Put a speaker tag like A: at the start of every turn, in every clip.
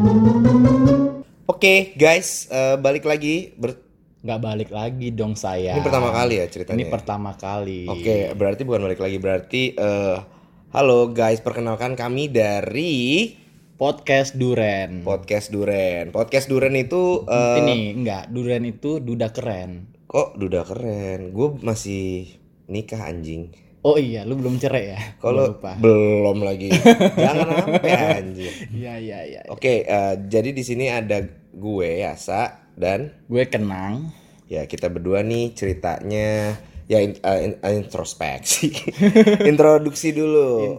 A: Oke, guys, balik lagi.
B: Nggak balik lagi dong saya.
A: Ini pertama kali ya ceritanya.
B: Ini pertama kali.
A: Oke, berarti bukan balik lagi. Berarti halo guys, perkenalkan kami dari
B: Podcast Duren.
A: Podcast Duren. Podcast Duren itu
B: Duren itu duda keren.
A: kok duda keren. Gue masih nikah anjing.
B: Oh iya, lu belum cerai ya?
A: Kalau belum lagi. Jangan sampai anjing.
B: Iya.
A: Oke, jadi di sini ada gue Yasa dan
B: gue Kenang.
A: Ya, kita berdua nih ceritanya ya introspeksi. Introduksi dulu.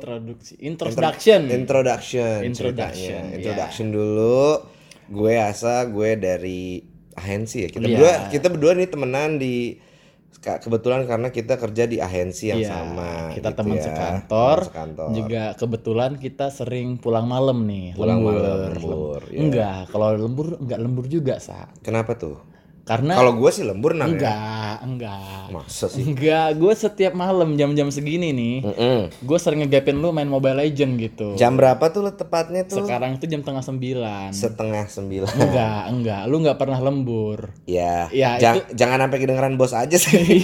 A: Introduction dulu. Gue Asa, gue dari agensi ya. Kita berdua nih temenan di kebetulan karena kita kerja di agensi yang sama.
B: Kita
A: gitu
B: teman
A: ya.
B: sekantor.
A: Sekantor.
B: Juga kebetulan kita sering pulang malam nih.
A: Lembur. Ya.
B: Enggak, kalau enggak lembur juga, Sa.
A: Kenapa tuh?
B: Karena
A: kalau gue sih lembur nang
B: enggak.
A: Masa sih?
B: Enggak, gue setiap malam jam-jam segini nih, gue sering ngegapin lu main Mobile Legend gitu.
A: Jam berapa tuh lo tepatnya tuh?
B: Sekarang itu jam 8:30.
A: 8:30.
B: Enggak, lu nggak pernah lembur.
A: Ya jangan sampai kedengeran bos aja sih.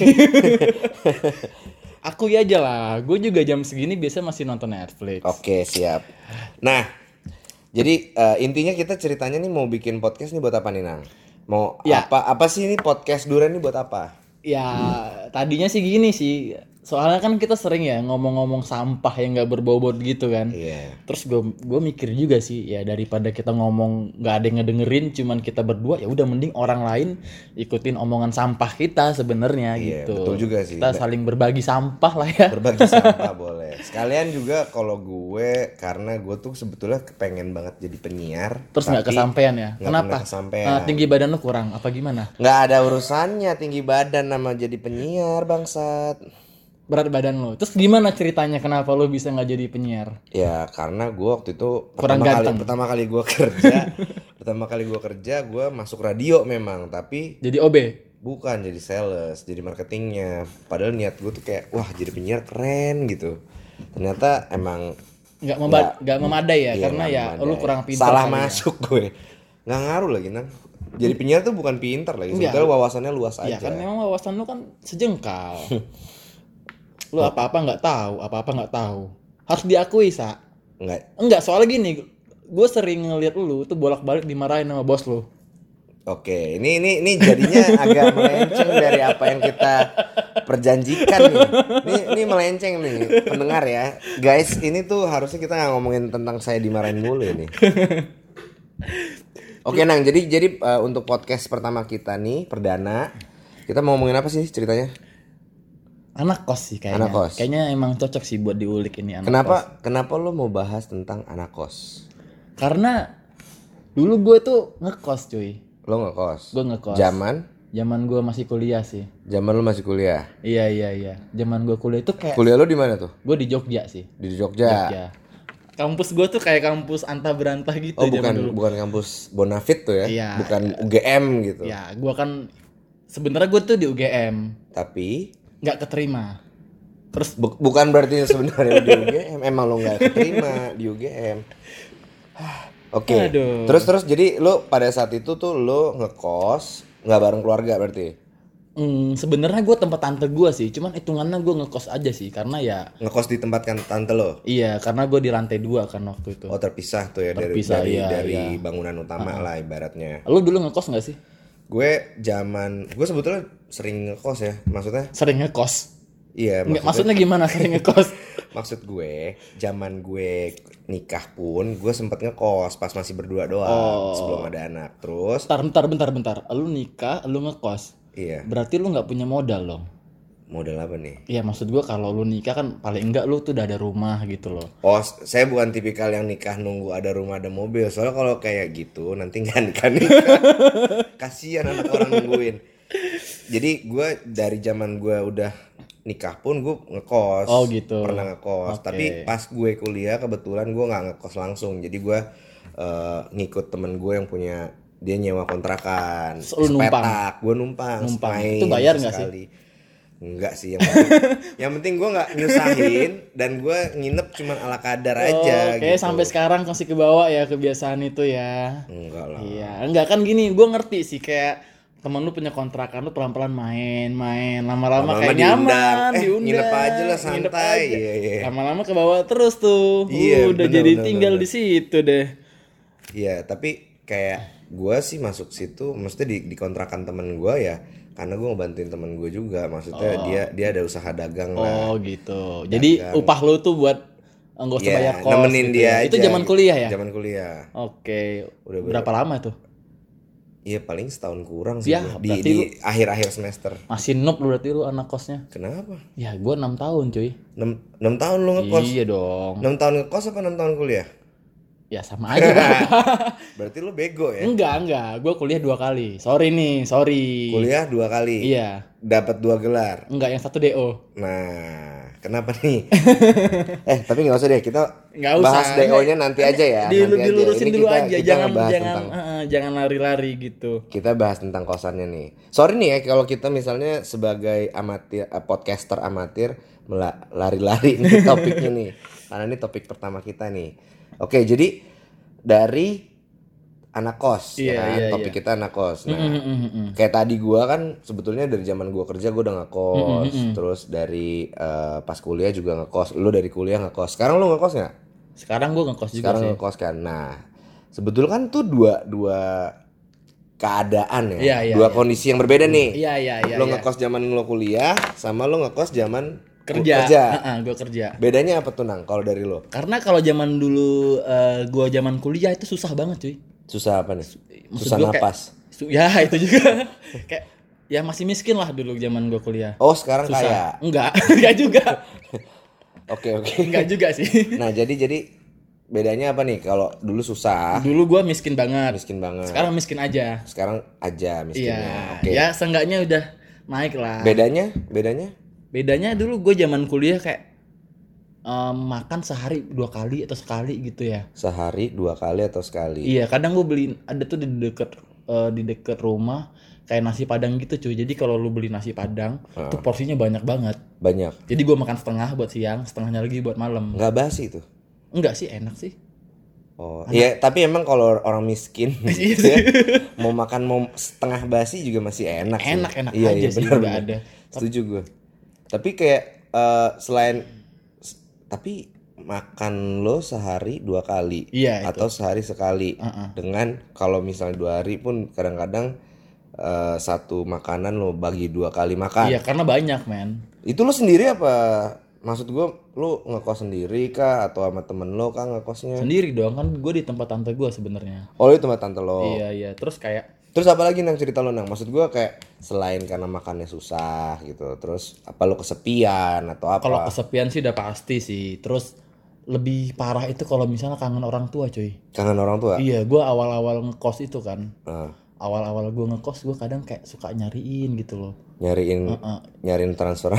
B: Aku ya aja lah, gue juga jam segini biasa masih nonton Netflix.
A: Oke, siap. Nah, jadi intinya kita ceritanya nih mau bikin podcast nih buat apa nih, Nang? Mau apa sih ini podcast Duren nih buat apa?
B: Ya tadinya sih gini sih, soalnya kan kita sering ya ngomong-ngomong sampah yang nggak berbobot gitu kan. Terus gue mikir juga sih, ya daripada kita ngomong nggak ada yang ngedengerin, cuman kita berdua, ya udah mending orang lain ikutin omongan sampah kita sebenarnya gitu.
A: Betul juga sih.
B: Kita saling berbagi sampah lah ya.
A: Berbagi sampah boleh. Sekalian juga kalau gue, karena gue tuh sebetulnya kepengen banget jadi penyiar.
B: Terus nggak kesampean ya? Kenapa? Tinggi badan lu kurang? Apa gimana?
A: Nggak ada urusannya tinggi badan sama jadi penyiar, bangsat.
B: Berat badan lo. Terus gimana ceritanya kenapa lo bisa nggak jadi penyiar?
A: Ya karena gue waktu itu pertama kali gue kerja gue masuk radio memang, tapi
B: jadi OB?
A: Bukan, jadi sales, jadi marketingnya. Padahal niat gue tuh kayak wah jadi penyiar keren gitu. Ternyata emang
B: nggak memadai ya, karena ya lo kurang pintar.
A: Salah masuk ya. Gue nggak ngaruh lagi nang. Jadi penyiar tuh bukan pintar lagi, sebetulnya wawasannya luas aja.
B: Iya kan, memang wawasan lo kan sejengkal. Lu apa-apa nggak tahu. Harus diakui, Sa. Enggak, soalnya gini, gue sering ngeliat lu tuh bolak-balik dimarahin sama bos lu.
A: Oke, ini jadinya agak melenceng dari apa yang kita perjanjikan nih. Ini melenceng nih, pendengar ya. Guys, ini tuh harusnya kita nggak ngomongin tentang saya dimarahin mulu ini. Oke, Nang, jadi untuk podcast pertama kita nih, perdana, kita mau ngomongin apa sih ceritanya?
B: Anak kos sih kayaknya. Kayaknya emang cocok sih buat diulik ini anak kos.
A: Kenapa lo mau bahas tentang anak kos?
B: Karena dulu gue tuh ngekos, cuy.
A: Lo ngekos?
B: Gue ngekos. Zaman gue masih kuliah sih.
A: Zaman lo masih kuliah?
B: Iya. Zaman gue kuliah itu kayak.
A: Kuliah lo di mana tuh?
B: Gue di Jogja sih.
A: Di Jogja.
B: Kampus gue tuh kayak kampus antah berantah gitu.
A: Oh, bukan kampus Bonafit tuh ya?
B: Iya.
A: Bukan UGM gitu.
B: Ya, gue kan sebenarnya gue tuh di UGM.
A: Tapi
B: nggak keterima. Terus
A: bukan berarti sebenarnya di UGM emang lo nggak keterima di UGM. Oke. Terus jadi lo pada saat itu tuh lo ngekos nggak bareng keluarga berarti?
B: Sebenarnya gue tempat tante gue sih, cuman hitungannya gue ngekos aja sih, karena ya ngekos
A: di tempat kan tante lo?
B: Iya, karena gue di lantai 2 kan waktu itu.
A: Oh, terpisah tuh ya, dari bangunan utama lah ibaratnya.
B: Lo dulu ngekos nggak sih?
A: Gue sebetulnya sering ngekos ya, maksudnya
B: sering ngekos.
A: Iya,
B: maksudnya gimana sering ngekos?
A: Maksud gue, zaman gue nikah pun gue sempet ngekos pas masih berdua doang, sebelum ada anak. Terus
B: bentar. Lu nikah, lu ngekos.
A: Iya.
B: Berarti lu nggak punya modal dong.
A: Modal apa nih?
B: Iya, maksud gue kalau lu nikah kan paling enggak lu tuh udah ada rumah gitu loh.
A: Oh, saya bukan tipikal yang nikah nunggu ada rumah ada mobil. Soalnya kalau kayak gitu nanti nggak nikah. Kasian anak orang nungguin. Jadi gue dari zaman gue udah nikah pun gue ngekos.
B: Oh gitu.
A: Pernah ngekos. Tapi pas gue kuliah kebetulan gue nggak ngekos langsung. Jadi gue ngikut temen gue yang punya, dia nyewa kontrakan.
B: Sepetak.
A: Gue numpang.
B: Itu bayar nggak sih?
A: Enggak sih, yang penting gue nggak nyusahin dan gue nginep cuman ala kadar aja.
B: Kayak
A: gitu.
B: sampai sekarang masih kebawa ya kebiasaan itu ya.
A: Enggak lah.
B: Iya, enggak kan gini, gue ngerti sih kayak temen lu punya kontrakan lu pelan-pelan main, lama-lama kayak nyaman, diundang,
A: nginep aja lah santai. Iya.
B: Lama-lama ke bawah terus tuh.
A: Iya,
B: Udah
A: bener,
B: jadi
A: bener,
B: tinggal
A: bener.
B: di situ deh.
A: Iya, tapi kayak gue sih masuk situ, maksudnya di kontrakan temen gue ya, karena gue ngebantuin temen gue juga, maksudnya dia ada usaha dagang lah.
B: Oh gitu. Jadi upah lu tuh buat nggak usah bayar kos.
A: Nemenin
B: gitu
A: dia
B: ya.
A: aja.
B: Itu zaman kuliah ya?
A: Zaman kuliah.
B: Oke.
A: Udah
B: Berapa lama tuh?
A: Iya paling setahun kurang sih
B: Ya,
A: gua.
B: berarti
A: di akhir-akhir semester.
B: Masih noob lu berarti lu anak kosnya.
A: Kenapa?
B: Ya gue 6 tahun cuy.
A: 6 tahun lu ngekos?
B: Iya dong.
A: 6 tahun ngekos apa 6 tahun kuliah?
B: Ya sama aja.
A: Berarti lu bego ya?
B: Enggak. Gue kuliah 2 kali. Sorry.
A: Kuliah 2 kali?
B: Iya.
A: Dapat 2 gelar?
B: Enggak, yang 1 DO.
A: Nah, kenapa nih? Tapi nggak usah deh, kita
B: Nggak usah.
A: bahas DO-nya nanti aja ya.
B: Dilurusin dulu aja,
A: jangan
B: jangan lari-lari gitu.
A: Kita bahas tentang kosannya nih. Sorry nih ya kalau kita misalnya sebagai amatir podcaster amatir lari-lari nih topiknya nih. Karena ini topik pertama kita nih. Oke, jadi dari anak kos, topik kita anak kos. Nah, kayak tadi gua kan sebetulnya dari zaman gua kerja gua udah ngekos, terus dari pas kuliah juga ngekos. Lu dari kuliah ngekos. Sekarang lu ngekos nggak?
B: Sekarang gue ngekos juga
A: Sekarang
B: sih.
A: ngekos kan. Nah, sebetulnya kan tuh dua keadaan ya, dua kondisi yang berbeda nih.
B: Iya.
A: Lu ngekos zaman lu kuliah, sama lu ngekos zaman
B: kerja. Gue kerja.
A: Bedanya apa tuh Nang kalau dari lo?
B: Karena kalau zaman dulu gue zaman kuliah itu susah banget cuy.
A: Susah apa nih?
B: Maksud
A: Susah
B: gua
A: napas.
B: Ya itu juga. Kayak ya masih miskin lah dulu zaman gue kuliah.
A: Oh sekarang
B: susah.
A: kaya?
B: Enggak juga.
A: Oke.
B: Enggak juga sih.
A: Nah jadi bedanya apa nih kalau dulu susah?
B: Dulu gue miskin banget. Sekarang miskin aja.
A: Miskinnya.
B: Iya. Ya seenggaknya udah naik lah.
A: Bedanya
B: dulu gue zaman kuliah kayak makan sehari 2 kali atau sekali gitu ya.
A: Sehari 2 kali atau sekali.
B: Iya, kadang gue beli ada tuh di deket rumah kayak nasi padang gitu cuy. Jadi kalau lu beli nasi padang tuh porsinya banyak banget.
A: Banyak.
B: Jadi gue makan setengah buat siang, setengahnya lagi buat malam.
A: Nggak basi tuh?
B: Enggak sih, enak sih.
A: Oh, iya, tapi emang kalau orang miskin gitu ya, mau makan setengah basi juga masih enak sih.
B: Enak
A: iya,
B: aja sih,
A: bener.
B: nggak ada.
A: Setuju gue. Tapi kayak tapi makan lo sehari 2 kali, atau sehari sekali, dengan kalau misalnya 2 hari pun kadang-kadang satu makanan lo bagi 2 kali makan.
B: Iya, karena banyak men.
A: Itu lo sendiri apa? Maksud gue lo ngekos sendiri kah atau sama temen lo kah ngekosnya?
B: Sendiri dong, kan gue di tempat tante gue sebenarnya.
A: Oh itu tempat tante lo.
B: Iya. Terus
A: apa lagi Nang cerita lo Nang? Maksud gue kayak selain karena makannya susah gitu, terus apa lo kesepian atau apa?
B: Kalau kesepian sih udah pasti sih. Terus lebih parah itu kalau misalnya kangen orang tua cuy.
A: Kangen orang tua?
B: Iya, gue awal-awal ngekos itu kan. Awal-awal gue ngekos gue kadang kayak suka nyariin gitu loh.
A: Nyariin transferan.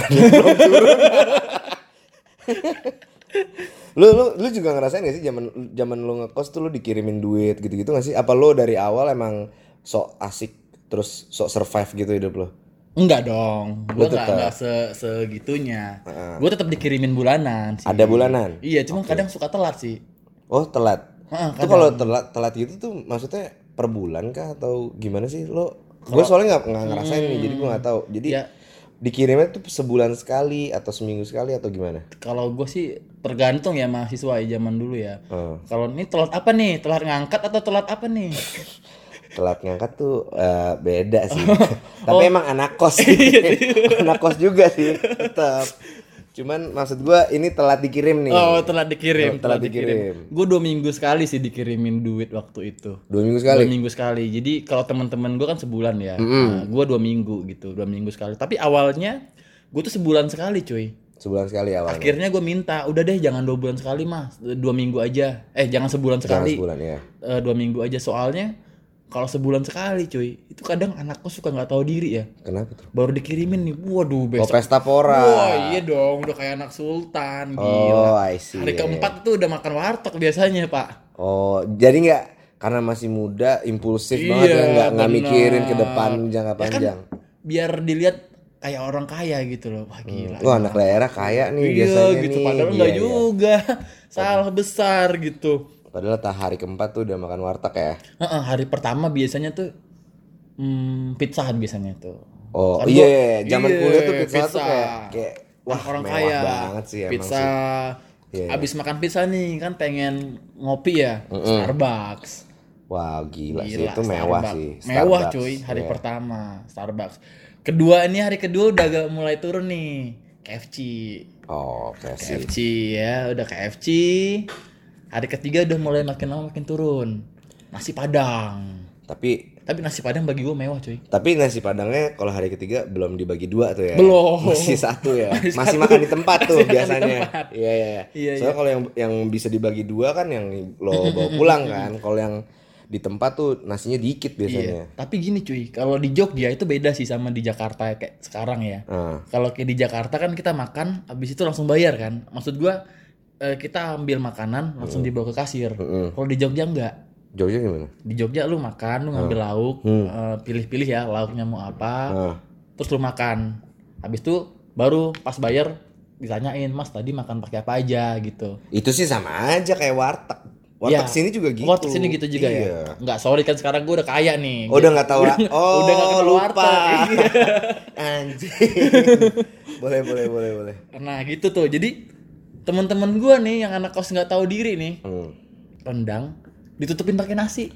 A: lu juga ngerasain gak sih zaman lu ngekos tuh lu dikirimin duit gitu-gitu gak sih? Apa lu dari awal emang sok asik terus sok survive gitu hidup lu?
B: Enggak dong, gue nggak segitunya. Gue tetap dikirimin bulanan sih.
A: Ada bulanan?
B: Iya, cuma kadang suka telat sih.
A: Oh telat? Itu kalau telat gitu tuh maksudnya per bulan kah atau gimana sih lo? Gue soalnya nggak ngerasain nih, jadi gue nggak tahu. Jadi dikirimnya tuh sebulan sekali atau seminggu sekali atau gimana? Kalau
B: gue sih tergantung ya mahasiswa zaman dulu ya. Kalau ini telat apa nih? Telat ngangkat atau telat apa nih?
A: Telat ngangkat tuh beda sih. Tapi emang anak kos sih. Anak kos juga sih tetap. Cuman maksud gue ini telat dikirim nih.
B: Oh telat dikirim.
A: Gue
B: 2 minggu sekali sih dikirimin duit waktu itu.
A: 2 minggu sekali?
B: 2 minggu sekali. Jadi kalau teman-teman gue kan sebulan ya. Nah, gue 2 minggu gitu. 2 minggu sekali. Tapi awalnya gue tuh sebulan sekali cuy.
A: Sebulan sekali awalnya.
B: Akhirnya gue minta, udah deh jangan 2 bulan sekali mas, 2 minggu aja. Jangan sebulan sekali.
A: Jangan sebulan ya.
B: 2 minggu aja soalnya. Kalau sebulan sekali cuy, itu kadang anakku suka nggak tahu diri ya.
A: Kenapa tuh?
B: Baru dikirimin nih, waduh besok.
A: Oh pesta pora.
B: Wah iya dong, udah kayak anak sultan, gila.
A: Oh I see.
B: Hari keempat tuh udah makan warteg biasanya pak.
A: Oh jadi nggak, karena masih muda, impulsif banget ya, nggak mikirin ke depan jangka panjang.
B: Kan, biar dilihat kayak orang kaya gitu loh. Wah gila.
A: Wah, anak daerah kaya nih
B: iya,
A: biasanya
B: gitu.
A: nih.
B: Padahal enggak juga. Salah besar gitu.
A: Padahal hari keempat tuh udah makan warteg ya.
B: Hari pertama biasanya tuh pizzahan biasanya tuh.
A: Oh
B: Kan
A: iya, zaman kuliah tuh pizza tuh kayak wah
B: orang
A: mewah
B: kaya
A: banget sih emang
B: pizza.
A: sih. Iya.
B: Abis makan pizza nih kan pengen ngopi ya, Starbucks.
A: Wah gila sih itu mewah sih.
B: Mewah
A: Starbucks.
B: cuy hari pertama Starbucks. Hari kedua udah agak mulai turun nih KFC.
A: Oh
B: KFC ya udah KFC. Hari ketiga udah mulai makin lama makin turun. Nasi Padang.
A: Tapi
B: nasi Padang bagi gue mewah cuy.
A: Tapi nasi Padangnya kalau hari ketiga belum dibagi 2 tuh ya.
B: Belum.
A: Masih 1 ya. Masih makan di tempat tuh biasanya. Iya. Soalnya kalau yang bisa dibagi 2 kan yang lo bawa pulang kan. Kalau yang di tempat tuh nasinya dikit biasanya.
B: Iya. Tapi gini cuy, kalau di Jogja itu beda sih sama di Jakarta kayak sekarang ya. Kalau kayak di Jakarta kan kita makan habis itu langsung bayar kan. Maksud gua kita ambil makanan langsung dibawa ke kasir. Kalau di Jogja enggak.
A: Jogja gimana?
B: Di Jogja lu makan, lu ngambil lauk, pilih-pilih ya lauknya mau apa, terus lu makan. Habis itu baru pas bayar ditanyain, Mas tadi makan pakai apa aja gitu.
A: Itu sih sama aja kayak warteg. Warteg sini juga gitu.
B: Warteg sini gitu juga ya. Enggak, sorry kan sekarang gue udah kaya nih.
A: Oh, udah enggak tahu.
B: Udah enggak kenal warteg.
A: Anjing. Boleh.
B: Nah, gitu tuh. Jadi teman-teman gue nih yang anak kos enggak tahu diri nih. Rendang ditutupin pakai nasi.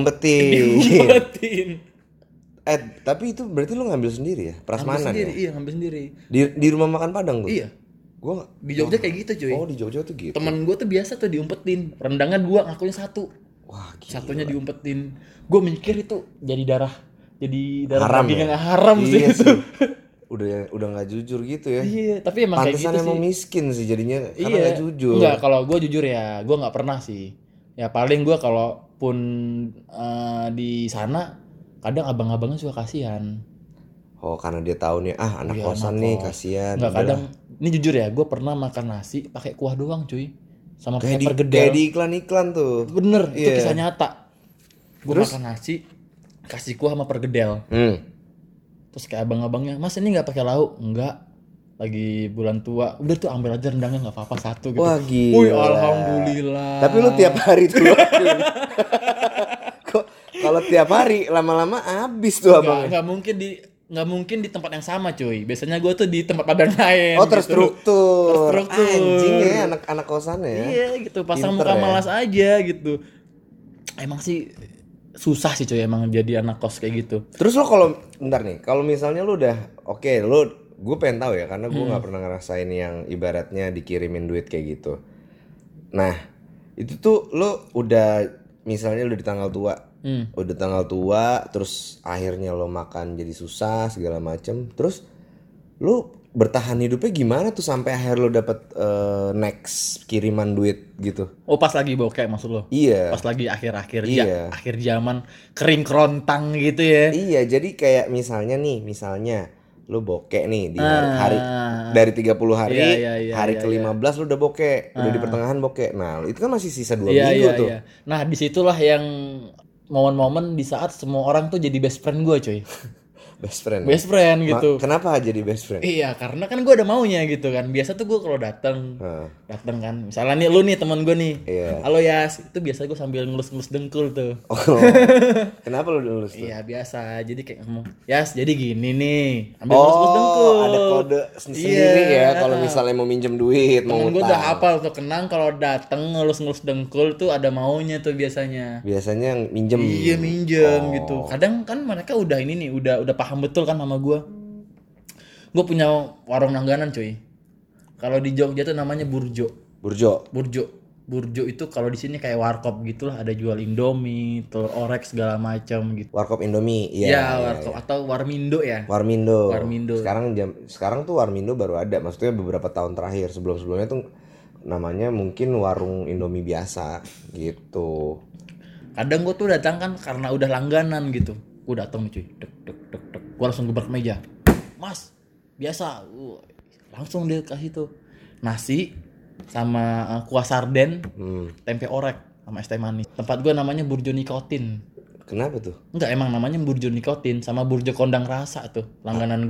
A: Diumpetin. Tapi itu berarti lu ngambil sendiri ya? Prasmanan ya?
B: Iya, ngambil sendiri.
A: Di rumah makan Padang tuh?
B: Iya. Gua di Jogja kayak gitu cuy.
A: Oh di Jogja tuh gitu.
B: Temen gue tuh biasa tuh diumpetin. Rendangnya 2 ngakunya 1.
A: Wah gila.
B: Satunya diumpetin. Gue mikir itu jadi darah
A: haram
B: daging
A: ya?
B: yang haram sih
A: Iya
B: itu.
A: Udah nggak jujur gitu ya.
B: Iya, tapi emang
A: pantesan
B: kayak gitu
A: emang
B: sih.
A: miskin sih jadinya karena
B: Iya.
A: nggak jujur.
B: Enggak, kalau gue jujur ya, gue nggak pernah sih. Ya paling gue kalaupun di sana kadang abang-abangnya suka kasihan.
A: Oh karena dia tahu nih anak kosan nih kasihan.
B: Enggak, kadang ini jujur ya, gue pernah makan nasi pakai kuah doang cuy, sama pakai
A: kayak
B: pergedel.
A: di iklan-iklan tuh.
B: Bener, itu kisah nyata. Gue makan nasi kasih kuah sama pergedel. Terus kayak abang-abangnya, Mas ini nggak pakai lauk? Enggak, lagi bulan tua. Udah tuh ambil aja rendangnya nggak apa-apa 1 gitu.
A: Wah gila.
B: Wih alhamdulillah.
A: Tapi lu tiap hari tuh lakuin. Kok kalau tiap hari lama-lama habis tuh abangnya.
B: Nggak mungkin di tempat yang sama cuy. Biasanya gue tuh di tempat Padang lain.
A: Oh terstruktur.
B: Terstruktur.
A: Anjing ya anak kosan ya.
B: Iya gitu, pasang
A: Pinter
B: muka
A: ya.
B: malas aja gitu. Emang sih susah sih cuy emang jadi anak kos kayak gitu.
A: Terus lo bentar nih, kalau misalnya lo udah gue pengen tahu ya karena gue nggak pernah ngerasain yang ibaratnya dikirimin duit kayak gitu. Nah itu tuh lo misalnya udah di tanggal tua, terus akhirnya lo makan jadi susah segala macem, terus lo bertahan hidupnya gimana tuh sampai akhir lo dapet next kiriman duit gitu?
B: Oh pas lagi bokeh maksud lo?
A: Iya.
B: Pas lagi akhir-akhir akhir zaman kering kerontang gitu ya?
A: Iya, jadi kayak misalnya lo bokeh nih di hari dari 30 hari, hari ke-15 lo udah bokeh, udah di pertengahan bokeh. Nah, itu kan masih sisa 2 minggu tuh.
B: Iya. Nah, disitulah yang momen-momen di saat semua orang tuh jadi best friend gue cuy.
A: Best friend
B: gitu.
A: Kenapa jadi best friend?
B: Iya, karena kan gue ada maunya gitu kan. Biasa tuh gue kalau datang kan. Misalnya nih lu nih teman gue nih.
A: Iya.
B: Halo Yas, itu biasa gue sambil ngelus-ngelus dengkul tuh.
A: Oh. Kenapa lu ngelus tuh?
B: Iya, biasa. Jadi kayak ngomong, Yas, jadi gini nih. Ambil ngelus-ngelus dengkul.
A: Ada kode sendiri ya kalau misalnya mau minjem duit, mau
B: temen gue
A: utang.
B: udah hafal tuh, kenang kalau dateng ngelus-ngelus dengkul tuh ada maunya tuh biasanya.
A: Biasanya minjem.
B: Iya, minjem gitu. Kadang kan mereka udah ini nih, udah paham betul kan sama gue. Gue punya warung langganan cuy. Kalau di Jogja tuh namanya Burjo itu kalau di sini kayak warkop gitulah, ada jual Indomie, telur orek segala macam gitu.
A: Warkop Indomie,
B: warkop atau Warmindo ya.
A: Warmindo.
B: Warmindo.
A: Sekarang tuh Warmindo baru ada, maksudnya beberapa tahun terakhir. Sebelumnya tuh namanya mungkin warung Indomie biasa gitu. Kadang
B: gue tuh datang kan karena udah langganan gitu. Gue datang nih cuy, dek. Gue langsung gebrak meja. Mas, biasa. Langsung dia kasih tuh nasi sama kuah sarden, tempe orek sama es teh manis. Tempat gue namanya Burjo Nikotin.
A: Kenapa tuh?
B: Enggak, emang namanya Burjo Nikotin sama Burjo Kondang Rasa tuh langganan gue.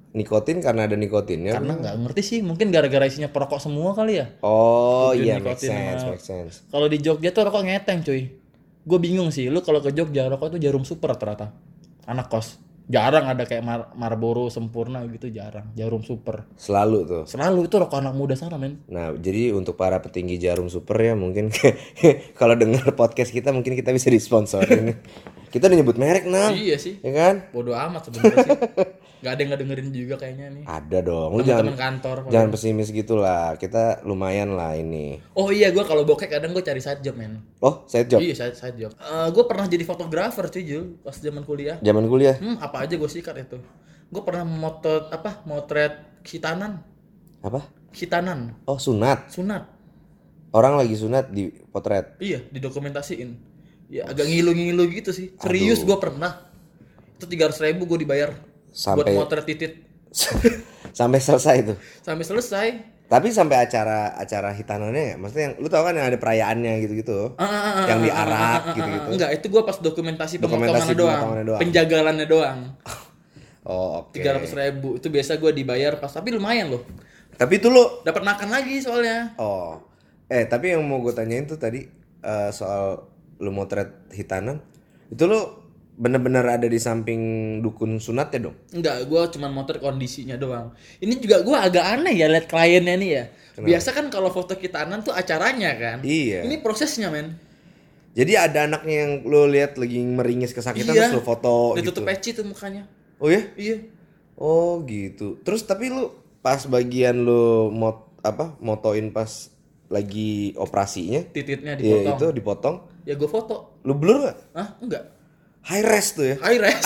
A: Nikotin karena ada nikotinnya.
B: Karena nggak ngerti sih, mungkin gara-gara isinya perokok semua kali ya.
A: Oh iya, make
B: Nikotin
A: sense.
B: Kalau di Jogja tuh rokok ngeteng cuy. Gue bingung sih, lu kalau ke Jogja rokok itu Jarum Super rata-rata. Anak kos. Jarang ada kayak Marlboro Sempurna gitu, jarang. Jarum Super.
A: Selalu
B: itu rokok anak muda sana, men.
A: Nah, jadi untuk para petinggi Jarum Super ya mungkin kalau dengar podcast kita mungkin kita bisa disponsorin. Kita udah nyebut merek, Nang.
B: Iya sih.
A: Ya kan?
B: Bodoh amat sebenarnya sih. Gak ada yang ngedengerin juga kayaknya nih.
A: Ada dong. Lu
B: Teman-teman kantor.
A: Jangan pesimis gitu lah. Kita lumayan lah ini.
B: Oh iya, gue kalau bokeh kadang gue cari side job, men.
A: Oh, side job?
B: Iya, side job. Gue pernah jadi fotografer cuy, Jul, pas zaman kuliah.
A: Zaman kuliah?
B: Apa aja gue sikat itu. Gue pernah motret khitanan.
A: Apa?
B: Khitanan.
A: Oh, sunat. Orang lagi sunat di potret.
B: Iya, didokumentasiin. Ya agak ngilu-ngilu gitu sih. Serius gue pernah. Itu 300.000 gue dibayar
A: sampai
B: buat motret titit.
A: Sampai selesai itu.
B: Sampai selesai.
A: Tapi sampai acara hitanannya ya, maksudnya yang lu tau kan yang ada perayaannya gitu-gitu, yang diarak gitu-gitu.
B: Enggak, itu gue pas dokumentasi pemotongannya doang. Penjagalannya doang.
A: Oh, oke.
B: 300.000 itu biasa gue dibayar pas, tapi lumayan loh.
A: Tapi itu lu
B: dapat makan lagi soalnya.
A: Oh, tapi yang mau gue tanyain tuh tadi soal lu motret hitanan, itu lu bener-bener ada di samping dukun sunat ya dong?
B: Enggak, gue cuma motret kondisinya doang. Ini juga gue agak aneh ya liat kliennya nih ya. Kenapa? Biasa kan kalau foto hitanan tuh acaranya kan.
A: Iya.
B: Ini prosesnya, men.
A: Jadi ada anaknya yang lu lihat lagi meringis kesakitan terus lu foto
B: gitu. Dia tutup peci tuh mukanya.
A: Oh ya?
B: Iya.
A: Oh gitu. Terus tapi lu pas bagian lu motoin pas lagi operasinya,
B: tititnya dipotong.
A: Iya, itu dipotong.
B: Ya gue foto.
A: Lu blur gak?
B: Hah? Enggak.
A: High res tuh ya?
B: High res.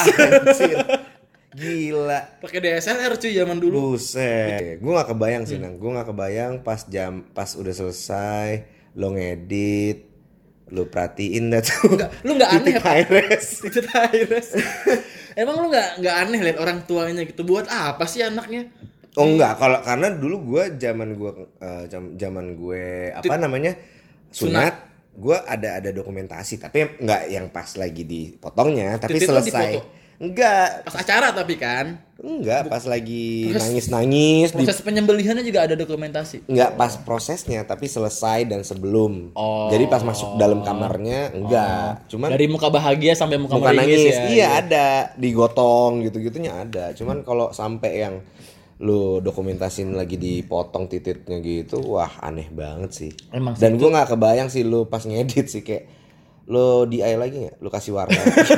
A: Gila.
B: Pakai DSLR cuy zaman dulu.
A: Buset. Gue gak kebayang sih, Nang. Gue gak kebayang pas udah selesai lo ngedit, lo perhatiin dah tuh.
B: Enggak, lu gak aneh apa?
A: High res.
B: Titik high res. Emang lu gak aneh liat orang tuanya gitu? Buat apa sih anaknya?
A: Oh enggak, karena dulu gue zaman gue apa namanya? Sunat. Gue ada dokumentasi, tapi nggak yang pas lagi dipotongnya, tapi
B: titik
A: selesai. Enggak.
B: Pas acara tapi kan?
A: Enggak, pas lagi nangis-nangis.
B: Proses penyembelihannya juga ada dokumentasi.
A: Enggak pas prosesnya, tapi selesai dan sebelum. Jadi pas masuk dalam kamarnya enggak. Cuman
B: dari muka bahagia sampai muka
A: nangis
B: ya.
A: Iya, ada, digotong gitu-gitunya ada. Cuman kalau sampai yang lu dokumentasin lagi dipotong tititnya gitu, wah aneh banget sih.
B: Emang
A: dan gue nggak kebayang sih lu pas ngedit sih, kayak lu DIY lagi nggak, lu kasih warna.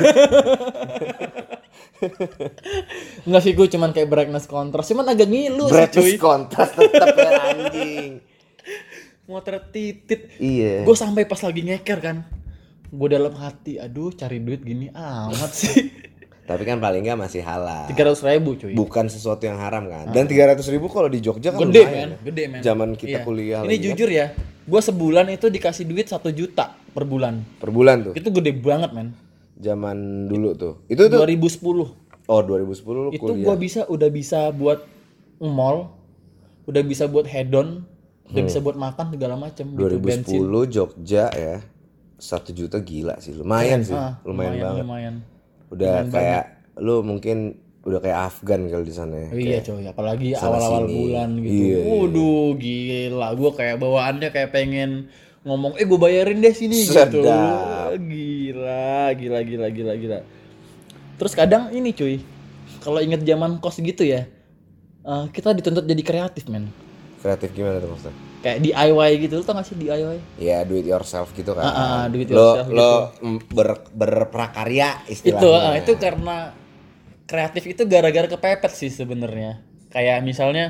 B: Enggak sih, gue cuman kayak brightness contrast, cuman agak ngilu
A: sih cuy.
B: Brightness
A: contrast tetep ya anjing.
B: Motret titit.
A: Iya.
B: Gue sampai pas lagi ngeker kan, gue dalam hati, aduh cari duit gini amat sih.
A: Tapi kan paling nggak masih halal.
B: 300.000 cuy.
A: Bukan sesuatu yang haram kan. Dan 300.000 kalau di Jogja kan
B: gede
A: lumayan.
B: Gede men.
A: Zaman kita kuliah.
B: Ini jujur ya, gue sebulan itu dikasih duit 1 juta per bulan.
A: Per bulan tuh.
B: Itu gede banget men.
A: Zaman dulu tuh. Itu tuh
B: 2010.
A: Oh 2010 lu
B: itu
A: kuliah.
B: Itu gue udah bisa buat mall, udah bisa buat hedon, udah bisa buat makan segala macam.
A: 2010 gitu, Jogja ya 1 juta gila sih, lumayan sih, lumayan banget.
B: Lumayan.
A: Udah lumayan kayak banget. Lu mungkin udah kayak Afgan kalau di sana ya.
B: Iya coy, apalagi awal-awal bulan gitu. Waduh, gila. Gue kayak bawaannya kayak pengen ngomong, gue bayarin deh sini.
A: Sedap.
B: Gitu. Gila. Terus kadang ini cuy, kalau inget zaman kos gitu ya, kita dituntut jadi kreatif men.
A: Kreatif gimana tuh maksudnya?
B: Kayak DIY gitu, lu tau gak sih DIY?
A: Ya do it yourself gitu kan.
B: Do it yourself
A: lo berprakarya istilahnya.
B: Itu karena kreatif itu gara-gara kepepet sih sebenarnya. Kayak misalnya,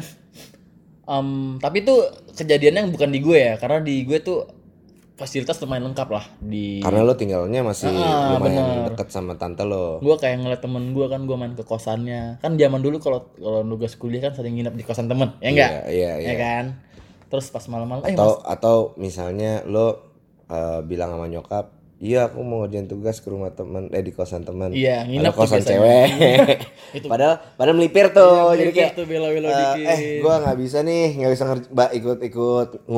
B: tapi itu kejadiannya bukan di gue ya, karena di gue tuh fasilitas lumayan lengkap lah di.
A: Karena lo tinggalnya masih lumayan deket sama tante lo.
B: Gue kayak ngeliat temen gue kan, gue main ke kosannya. Kan zaman dulu kalau nugas kuliah kan sering nginep di kosan temen, ya enggak?
A: Iya.
B: Ya kan. Terus pas malam-malam,
A: atau misalnya lo bilang sama nyokap, iya aku mau ngerjain tugas ke rumah teman, di kosan teman.
B: Iya, nginep
A: di kosan cewek. padahal melipir tuh,
B: iya,
A: jadi kayak
B: tuh belo-belo dikit.
A: Gua nggak bisa ngumpul.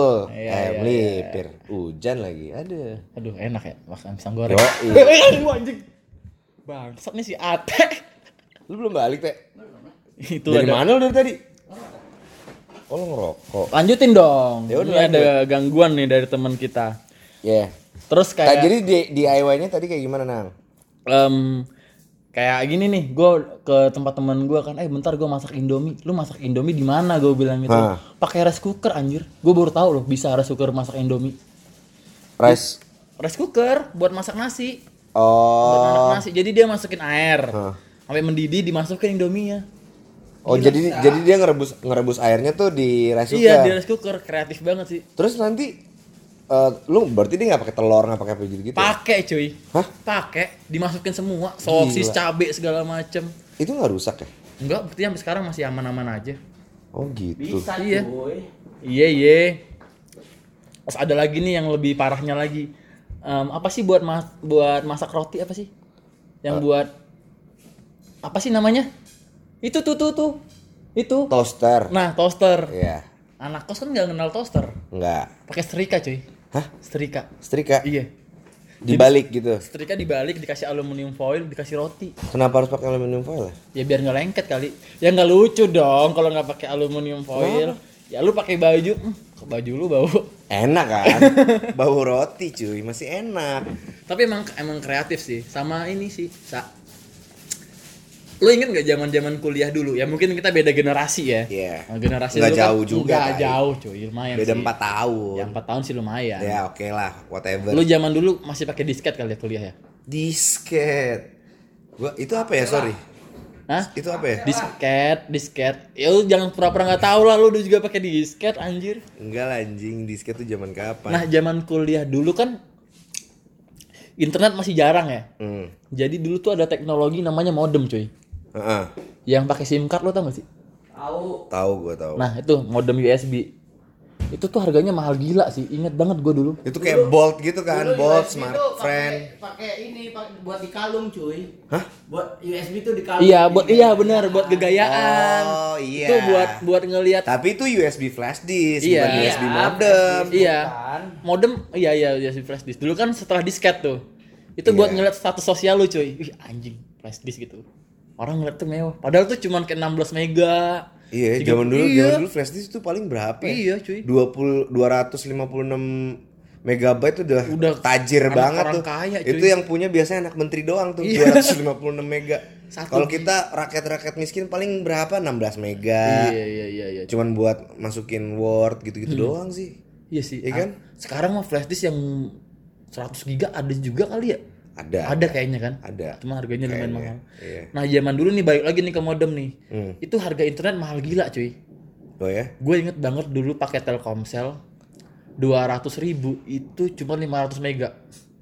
A: Melipir. Hujan lagi,
B: aduh enak ya makan pisang goreng. Anjing. Bangsat nih si Ate.
A: Lu belum balik, Teh?
B: Itu
A: dari
B: ada.
A: mana lu dari tadi? Oh lu ngerokok.
B: Lanjutin dong.
A: Ya udah,
B: Ini ada gangguan nih dari teman kita.
A: Ya.
B: Terus kayak
A: Jadi DIY-nya tadi kayak gimana, Nang?
B: kayak gini nih, gue ke tempat teman gue kan, bentar gue masak Indomie. Lu masak Indomie di mana? Gue bilang gitu. Pakai rice cooker anjir. Gue baru tahu loh bisa rice cooker masak Indomie.
A: Rice
B: Cooker buat masak nasi.
A: Oh.
B: Buat masak nasi. Jadi dia masukin air. Sampai mendidih dimasukin Indominya.
A: Oh, jadi dia ngerebus airnya tuh di rice cooker.
B: Iya, di rice cooker. Kreatif banget sih.
A: Terus nanti lu berarti dia nggak pakai telur, nggak pakai apa gitu?
B: Pakai cuy.
A: Hah?
B: Pakai, dimasukin semua, sosis, cabe segala macem.
A: Itu nggak rusak ya?
B: Enggak, berarti sampai sekarang masih aman-aman aja.
A: Oh gitu.
C: Bisa
B: Iya.
C: cuy.
B: Iya. Terus ada lagi nih yang lebih parahnya lagi. Apa sih buat masak roti apa sih? Yang buat apa sih namanya? Itu tuh. Itu.
A: Toaster.
B: Nah, toaster.
A: Iya.
B: Anak kos kan nggak kenal toaster.
A: Enggak.
B: Pakai setrika, cuy.
A: Hah?
B: Setrika.
A: Setrika?
B: Iya.
A: Dibalik gitu.
B: Setrika dibalik, dikasih aluminium foil, dikasih roti.
A: Kenapa harus pakai aluminium foil ya?
B: Ya biar nggak lengket kali. Ya nggak lucu dong kalau nggak pakai aluminium foil. Ya lu pakai baju, baju lu bau.
A: Enak kan? Bau roti cuy, masih enak.
B: Tapi emang kreatif sih. Sama ini sih, Lu inget nggak zaman kuliah dulu? Ya mungkin kita beda generasi ya.
A: Iya.
B: Nah, generasi
A: Nggak
B: dulu
A: jauh juga,
B: Nggak
A: Kai.
B: jauh cuy, lumayan
A: Beda
B: sih.
A: 4 tahun.
B: Ya 4 tahun sih lumayan.
A: Ya oke lah, whatever.
B: Lu zaman dulu masih pakai disket kali ya kuliah ya?
A: Disket. Gua itu apa ya? Sorry.
B: Hah?
A: Itu apa ya?
B: Disket. Ya lu jangan pura-pura nggak tahu lah, lu juga pakai disket anjir.
A: Enggak lah anjing, disket tuh zaman kapan?
B: Nah, zaman kuliah dulu kan internet masih jarang ya. Jadi dulu tuh ada teknologi namanya modem cuy.
A: Heeh.
B: Yang pakai SIM card lo tau gak sih?
A: Tahu gua tahu.
B: Nah, itu modem USB. Itu tuh harganya mahal gila sih. Ingat banget gue dulu.
A: Itu kayak Bolt gitu kan,
C: Dulu
A: Bolt,
C: USB
A: Smart
C: tuh
A: Friend.
C: pakai ini buat di kalung cuy.
A: Hah?
C: Buat USB tuh di kalung.
B: Iya, benar buat gegayaan.
A: Oh iya.
B: Itu buat ngelihat.
A: Tapi itu USB flash disk,
B: Iya.
A: bukan USB
C: Iya,
A: modem.
B: Iya.
C: Bukan.
B: Modem iya USB flash disk. Dulu kan setelah disket tuh. Itu buat
A: Iya.
B: ngeliat status sosial lu cuy. Wih, anjing, flash disk gitu. Orang ngeliat tuh mewah. Padahal tuh cuman kayak 16 mega.
A: Iya, zaman dulu flash disk itu paling berapa ya?
B: Iya, cuy.
A: 256 megabyte tuh udah tajir
B: anak
A: banget
B: orang
A: tuh.
B: kaya, cuy.
A: Itu yang punya biasanya anak menteri doang tuh,
B: Iya.
A: 256 mega.
B: Satu
A: Kalau
B: gig.
A: kita rakyat-rakyat miskin paling berapa? 16 mega.
B: Iya.
A: Cuman buat masukin Word gitu-gitu doang sih.
B: Iya sih.
A: Iya kan?
B: Sekarang mah flash disk yang 100 giga ada juga kali ya? Ada kayaknya kan?
A: Ada.
B: Cuma harganya lumayan
A: Kayaknya,
B: mahal.
A: iya.
B: Nah, zaman dulu nih balik lagi nih ke modem nih. Itu harga internet mahal gila cuy.
A: Oh ya?
B: Gue inget banget dulu pakai Telkomsel 200.000 itu cuma 500 mega.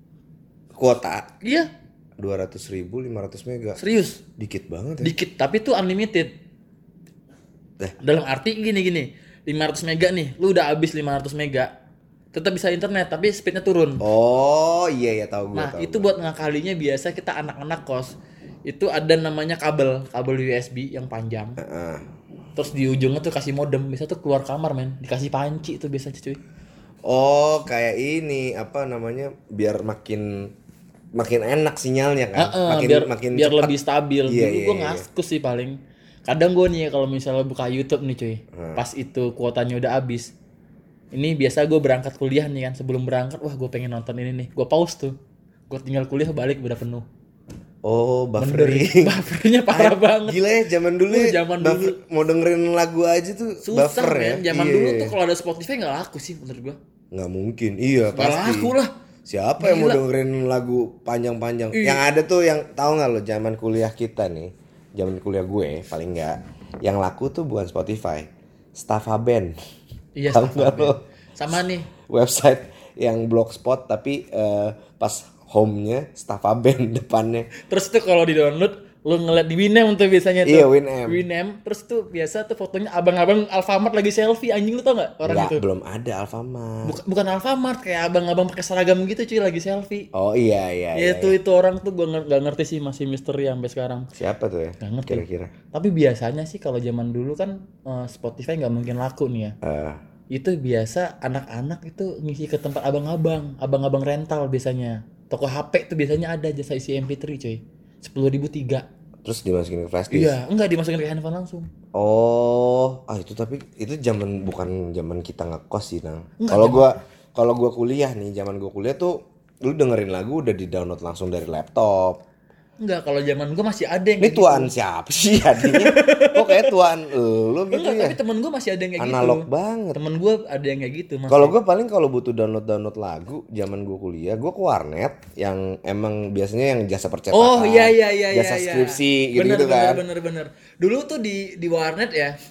A: Kuota
B: Iya,
A: 200.000 500 mega.
B: serius.
A: Dikit banget ya.
B: Dikit, tapi itu unlimited.
A: Dah.
B: Dalam arti gini, 500 mega nih, lu udah habis 500 mega. Tetap bisa internet, tapi speednya turun.
A: Oh iya tahu gue.
B: Nah, itu buat ngakalinya biasa kita anak-anak kos. Itu ada namanya kabel USB yang panjang. Terus di ujungnya tuh kasih modem. Biasa tuh keluar kamar men, dikasih panci tuh biasa cuy.
A: Oh kayak ini apa namanya biar makin enak sinyalnya kan, makin
B: biar
A: cepat.
B: lebih stabil.
A: Iya,
B: Dulu
A: iya,
B: gue
A: iya.
B: ngaskus sih paling. Kadang gue nih kalau misalnya buka YouTube nih cuy, pas itu kuotanya udah habis. Ini biasa gue berangkat kuliah nih kan, sebelum berangkat wah gue pengen nonton ini nih, gue pause tuh. Gue tinggal kuliah balik udah penuh.
A: Oh buffering.
B: Buffernya parah banget.
A: Gila ya zaman dulu ya.
B: Zaman dulu.
A: Mau dengerin lagu aja tuh
B: Susah
A: buffer ya.
B: men, zaman
A: Iya.
B: dulu tuh kalau ada Spotify nggak laku sih menurut gue.
A: Nggak mungkin. Iya
B: Nggak
A: pasti.
B: laku lah.
A: Siapa yang mau dengerin lagu panjang-panjang?
B: Iya.
A: Yang ada tuh yang tahu nggak lo zaman kuliah kita nih, zaman kuliah gue paling nggak. Yang laku tuh bukan Spotify, Staffa Band.
B: Iya,
A: Tahu nggak lo?
B: sama nih.
A: Website yang blogspot tapi pas home-nya Staffa Band depannya.
B: Terus tuh kalau di download lu ngeliat di Winem tuh biasanya tuh.
A: Iya, Winem.
B: Winem. Terus tuh biasa tuh fotonya abang-abang Alfamart lagi selfie, anjing lu tau nggak orang
A: Nggak,
B: itu?
A: belum ada Alfamart.
B: Bukan Alfamart, kayak abang-abang pakai seragam gitu cuy lagi selfie.
A: Oh iya.
B: Ya itu orang tuh gua nggak ngerti sih, masih misteri sampai sekarang.
A: Siapa tuh ya?
B: Nggak ngerti.
A: Kira-kira.
B: Tapi biasanya sih kalau zaman dulu kan Spotify nggak mungkin laku nih ya. Itu biasa anak-anak itu ngisi ke tempat abang-abang rental biasanya. Toko HP tuh biasanya ada jasa isi MP3 cuy. 10.000 3.
A: Terus dimasukin ke flash disk.
B: Iya, enggak dimasukin ke handphone langsung.
A: Oh, itu tapi itu bukan zaman kita ngekos sih, Nang.
B: Enggak,
A: Kalau gua kuliah nih, zaman gua kuliah tuh lu dengerin lagu udah di-download langsung dari laptop.
B: Enggak, kalau zaman gua masih ada yang
A: Ini
B: kayak
A: tuan
B: gitu.
A: siapa sih adanya? Kok kayak tuan lu gitu
B: Enggak,
A: ya?
B: tapi temen gua masih ada yang kayak gitu.
A: Analog banget.
B: Temen gua ada yang kayak gitu.
A: Kalau gue paling kalau butuh download lagu zaman gue kuliah, gue ke warnet yang emang biasanya yang jasa percetakan.
B: Oh iya
A: jasa skripsi gitu kan.
B: Bener. Dulu tuh di warnet ya,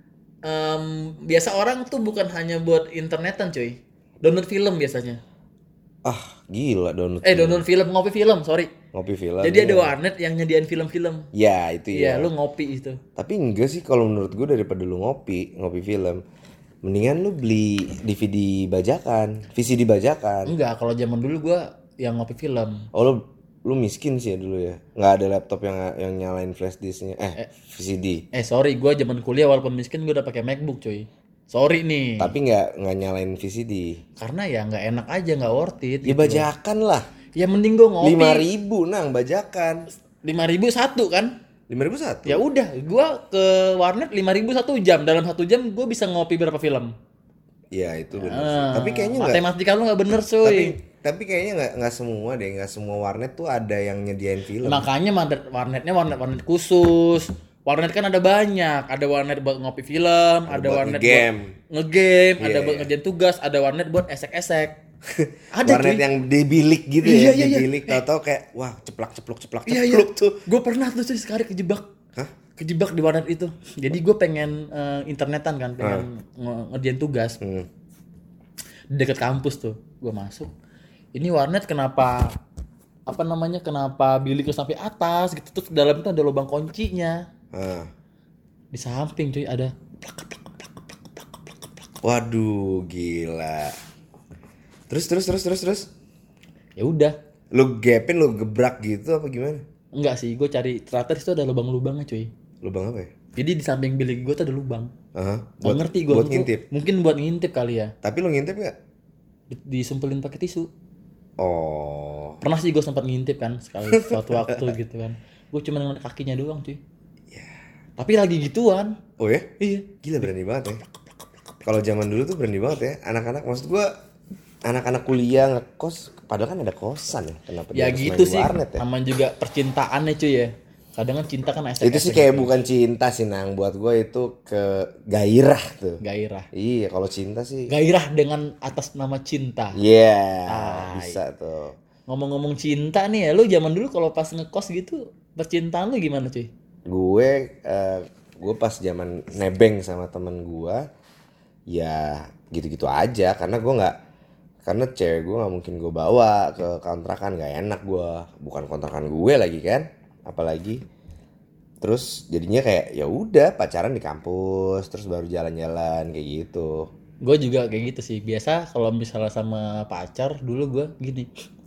B: biasa orang tuh bukan hanya buat internetan cuy, download film biasanya.
A: Ah gila download.
B: Download film, ngopi film, sorry.
A: Ngopi film.
B: Jadi ada warnet yang nyediain film-film.
A: Ya itu ya.
B: Iya, lu ngopi itu.
A: Tapi enggak sih kalau menurut gue daripada lu ngopi film, mendingan lu beli DVD bajakan, VCD bajakan.
B: Enggak, kalau zaman dulu gua yang ngopi film.
A: Oh lu miskin sih ya dulu ya. Nggak ada laptop yang nyalain flash disknya. VCD.
B: Sorry, gua zaman kuliah walaupun miskin gua udah pakai MacBook cuy. Sorry nih.
A: Tapi nggak nyalain VCD.
B: Karena ya nggak enak aja, nggak worth it.
A: Ya bajakan lah.
B: Ya mending gua ngopi.
A: 5.000 Nang bajakan.
B: 5.000 satu kan?
A: 5.000
B: Ya udah, gua ke warnet 5.000 1 jam. Dalam 1 jam gua bisa ngopi berapa film?
A: Ya itu benar sih. Tapi kayaknya nggak.
B: Matematika lu nggak bener cuy.
A: Tapi kayaknya nggak semua deh, nggak semua warnet tuh ada yang nyediain film.
B: Makanya warnetnya warnet khusus. Warnet kan ada banyak. Ada warnet buat ngopi film, ada warnet buat ngegame, ada buat ngerjain tugas, ada warnet buat esek-esek. Ada
A: warnet
B: cuy.
A: yang di bilik gitu
B: Iya.
A: di bilik tahu-tahu kayak wah ceplak
B: Iya.
A: tuh.
B: Gue pernah tuh sekali kejebak.
A: Hah?
B: Kejebak di warnet itu. Jadi gue pengen internetan kan, pengen ngerjain tugas. Di dekat kampus tuh, gue masuk. Ini warnet kenapa biliknya sampai atas gitu, terus dalam itu ada lubang kuncinya. Di samping cuy ada plak.
A: Waduh gila. Terus.
B: Ya udah.
A: Lu gapin lu gebrak gitu apa gimana?
B: Enggak sih, gue cari ternyata di situ ada lubang-lubangnya cuy.
A: Lubang apa ya?
B: Jadi di samping bilik gue tuh ada lubang.
A: Buat
B: ngerti gue
A: buat ngintip.
B: Mungkin buat ngintip kali ya.
A: Tapi lu ngintip nggak?
B: Disumpelin pakai tisu.
A: Oh.
B: Pernah sih gue sempat ngintip kan sekali suatu waktu gitu kan. Gue cuma ngeliat kakinya doang cuy. Tapi lagi gituan.
A: Oh ya?
B: Iya.
A: Gila berani banget ya. Kalau zaman dulu tuh berani banget ya. Anak-anak maksud gua anak-anak kuliah ngekos padahal kan ada kosan ya. Kenapa
B: Ya
A: dia harus
B: gitu
A: main di
B: sih.
A: warnet ya?
B: Aman juga percintaannya cuy ya. Kadang kan cinta kan esek-esek.
A: Itu sih kayak bukan cinta sih Nang. Buat gua itu ke gairah tuh.
B: Gairah.
A: Iya, kalau cinta sih.
B: Gairah dengan atas nama cinta.
A: Iya, bisa tuh.
B: Ngomong-ngomong cinta nih ya, lu zaman dulu kalau pas ngekos gitu percintaan lu gimana cuy?
A: Gue pas zaman nebeng sama temen gue ya gitu-gitu aja karena cewek gue nggak mungkin gue bawa ke kontrakan, nggak enak gue, bukan kontrakan gue lagi kan, apalagi terus jadinya kayak ya udah pacaran di kampus terus baru jalan-jalan kayak gitu.
B: Gue juga kayak gitu sih, biasa kalau misalnya sama pacar dulu gue gini,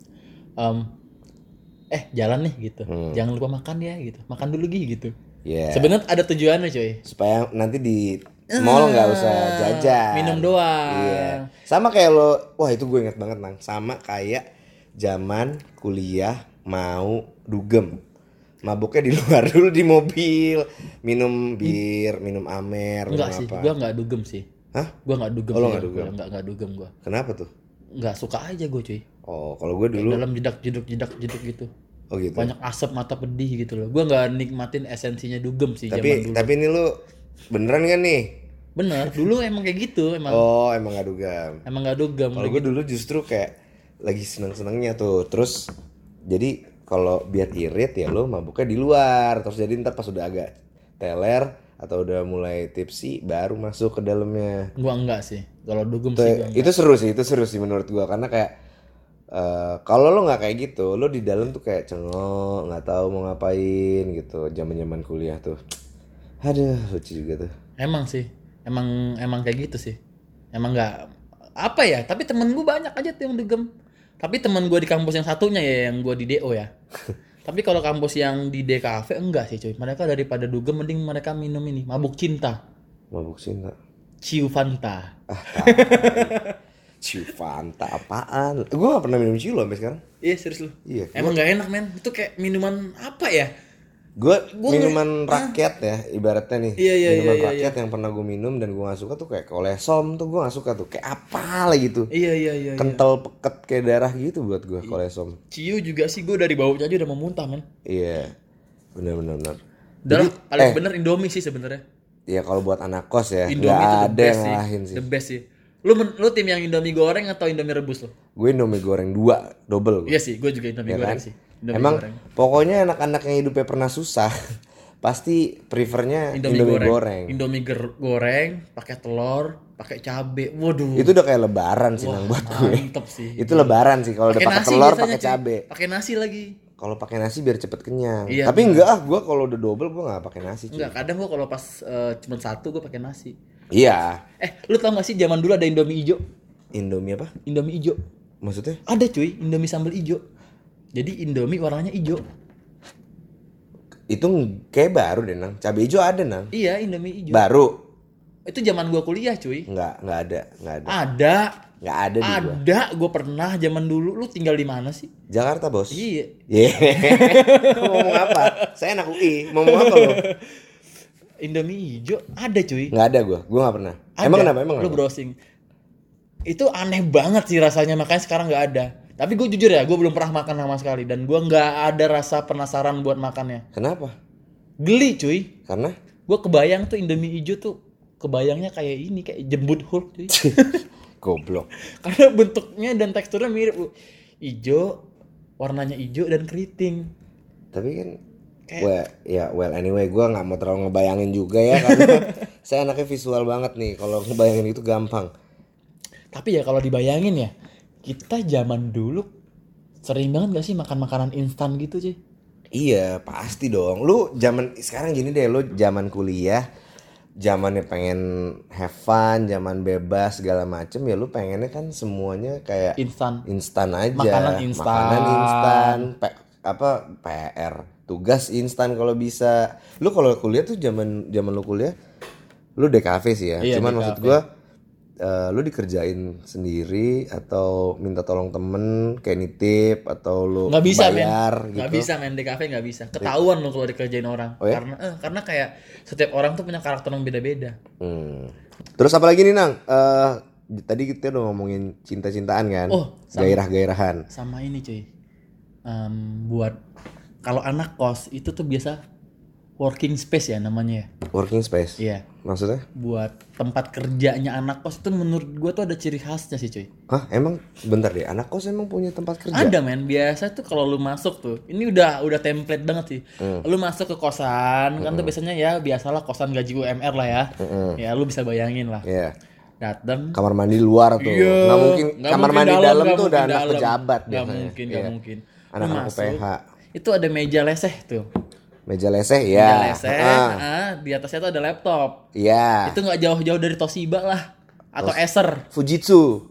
B: jalan nih gitu, jangan lupa makan ya gitu, makan dulu gitu.
A: Yeah.
B: Sebenarnya ada tujuannya cuy.
A: Supaya nanti di mall nggak usah jajan.
B: Minum doang.
A: Iya. Sama kayak lo, wah itu gue inget banget Nang. Sama kayak zaman kuliah mau dugem. Mabuknya di luar dulu di mobil. Minum bir, minum amer,
B: enggak
A: minum
B: sih,
A: apa.
B: gue nggak dugem sih.
A: Hah?
B: Gue nggak dugem.
A: Oh, lo
B: sih.
A: nggak dugem?
B: Nggak dugem gue.
A: Kenapa tuh?
B: Nggak suka aja gue cuy.
A: Oh, kalau gue dulu.
B: Dalam jedak gitu.
A: Oh gitu.
B: Banyak asap mata pedih gitu loh. Gue nggak nikmatin esensinya dugem sih zaman dulu.
A: Tapi ini lu beneran kan nih?
B: Bener, dulu emang kayak gitu emang.
A: Oh, emang gak dugem.
B: Emang nggak dugem.
A: Kalau gue dulu justru kayak lagi seneng-senengnya tuh. Terus jadi kalau biar irit ya lo mabuknya di luar. Terus jadi ntar pas udah agak teler atau udah mulai tipsi baru masuk ke dalamnya.
B: Gua enggak sih. Kalau dugem sih gua
A: Itu seru sih menurut gua karena kayak kalau lo nggak kayak gitu, lo di dalam tuh kayak cengok, nggak tahu mau ngapain gitu. Zaman kuliah tuh, aduh lucu juga tuh.
B: Emang sih, emang kayak gitu sih. Emang nggak apa ya? Tapi temen gua banyak aja tuh yang dugem. Tapi temen gua di kampus yang satunya ya, yang gua di DO ya. Tapi kalau kampus yang di DKV enggak sih cuy. Mereka daripada dugem mending mereka minum ini, mabuk cinta.
A: Mabuk cinta.
B: Ciu Fanta.
A: Ciu Fanta apaan? Gue gak pernah minum ciu loh sampai sekarang.
B: Iya serius lu.
A: Iya.
B: Emang nggak enak men. Itu kayak minuman apa ya?
A: Gue minuman rakyat ya ibaratnya nih. Minuman rakyat yang pernah gue minum dan gue gak suka tuh kayak kolesom tuh gue gak suka tuh. Kayak apa lah gitu.
B: Iya.
A: Kental peket kayak darah gitu buat gue kolesom.
B: Ciu juga sih gue dari baunya aja udah mau muntah men.
A: Iya. Bener.
B: Jadi paling bener Indomie sih sebenarnya.
A: Ya kalau buat anak kos ya
B: Indomie
A: gak
B: itu
A: ada yang ngalahin sih.
B: The best sih. Lu tim yang Indomie goreng atau Indomie rebus lo?
A: Gue Indomie goreng 2 double.
B: Iya sih, gue juga Indomie goreng sih. Indomie
A: Emang
B: goreng.
A: pokoknya anak-anak yang hidupnya pernah susah pasti prefernya Indomie goreng.
B: Indomie goreng, pakai telur, pakai cabe. Waduh.
A: Itu udah kayak lebaran sih nang buat gue.
B: Mantep sih.
A: Itu lebaran sih kalau udah pakai telur, pakai cabe.
B: Pakai nasi lagi.
A: Kalau pakai nasi biar cepet kenyang.
B: Iya,
A: tapi enggak gue kalau udah double gue nggak pakai nasi.
B: Enggak, kadang gue kalau pas cuma satu gue pakai nasi.
A: Iya.
B: Lu tau gak sih zaman dulu ada Indomie hijau?
A: Indomie apa?
B: Indomie hijau.
A: Maksudnya?
B: Ada cuy, Indomie sambal hijau. Jadi Indomie warnanya hijau.
A: Itu kayak baru deh nang. Cabai hijau ada nang.
B: Iya, Indomie hijau.
A: Baru.
B: Itu zaman gua kuliah cuy.
A: Enggak ada.
B: Ada.
A: Enggak ada di gua.
B: Ada, gua pernah zaman dulu. Lu tinggal di mana sih?
A: Jakarta, Bos.
B: Iya.
A: Ngomong apa? Saya anak UI. Ngomong apa lo?
B: Indomie hijau ada cuy.
A: Enggak ada gua enggak pernah.
B: Ada.
A: Emang kenapa?
B: Lu browsing. Itu aneh banget sih rasanya, makanya sekarang nggak ada. Tapi gue jujur ya, gue belum pernah makan sama sekali dan gue nggak ada rasa penasaran buat makannya.
A: Kenapa?
B: Geli cuy.
A: Karena?
B: Gue kebayang tuh Indomie hijau tuh, kebayangnya kayak ini, kayak jembut Hulk cuy.
A: Goblok.
B: Karena bentuknya dan teksturnya mirip. Hijau, warnanya hijau dan keriting.
A: Tapi kan well anyway gue nggak mau terlalu ngebayangin juga ya karena saya anaknya visual banget nih. Kalau ngebayangin itu gampang.
B: Tapi ya kalau dibayangin ya, kita zaman dulu sering banget gak sih makan makanan instan gitu cuy?
A: Iya pasti dong. Lu zaman sekarang gini deh, lu zaman kuliah, zamannya pengen have fun, zaman bebas segala macem ya lu pengennya kan semuanya kayak instan aja.
B: Makanan instan.
A: PR, tugas instan kalau bisa. Lu kalau kuliah tuh zaman lu kuliah, lu DKV sih ya.
B: Iya,
A: cuman
B: DKV.
A: maksud gua lu dikerjain sendiri atau minta tolong temen kayak nitip atau lu
B: nggak bisa
A: bayar
B: men.
A: gitu.
B: Nggak bisa men, di kafe nggak bisa, ketahuan lo kalau dikerjain orang.
A: Oh, ya?
B: Karena kayak setiap orang tuh punya karakter yang beda-beda.
A: Terus apa lagi nih nang? Tadi kita udah ngomongin cinta-cintaan kan, gairah-gairahan.
B: Sama ini cuy, buat kalau anak kos itu tuh biasa working space ya namanya ya.
A: Working space?
B: Iya.
A: Maksudnya?
B: Buat tempat kerjanya anak kos itu menurut gua tuh ada ciri khasnya sih cuy.
A: Hah? Emang bentar deh, anak kos emang punya tempat kerja?
B: Ada men, biasa tuh kalau lu masuk tuh, ini udah template banget sih. Lu masuk ke kosan, kan tuh biasanya ya biasalah kosan gaji UMR lah ya. Ya lu bisa bayangin lah.
A: Iya.
B: Dateng
A: Kamar mandi luar tuh. Nggak mungkin kamar mandi dalam tuh udah anak pejabat
B: Nggak
A: biasanya.
B: mungkin.
A: Anak-anak UPH.
B: Itu ada meja leseh tuh.
A: Meja leseh ya.
B: Meja leseh, di atasnya tuh ada laptop.
A: Iya.
B: Itu nggak jauh-jauh dari Toshiba lah atau Acer.
A: Fujitsu.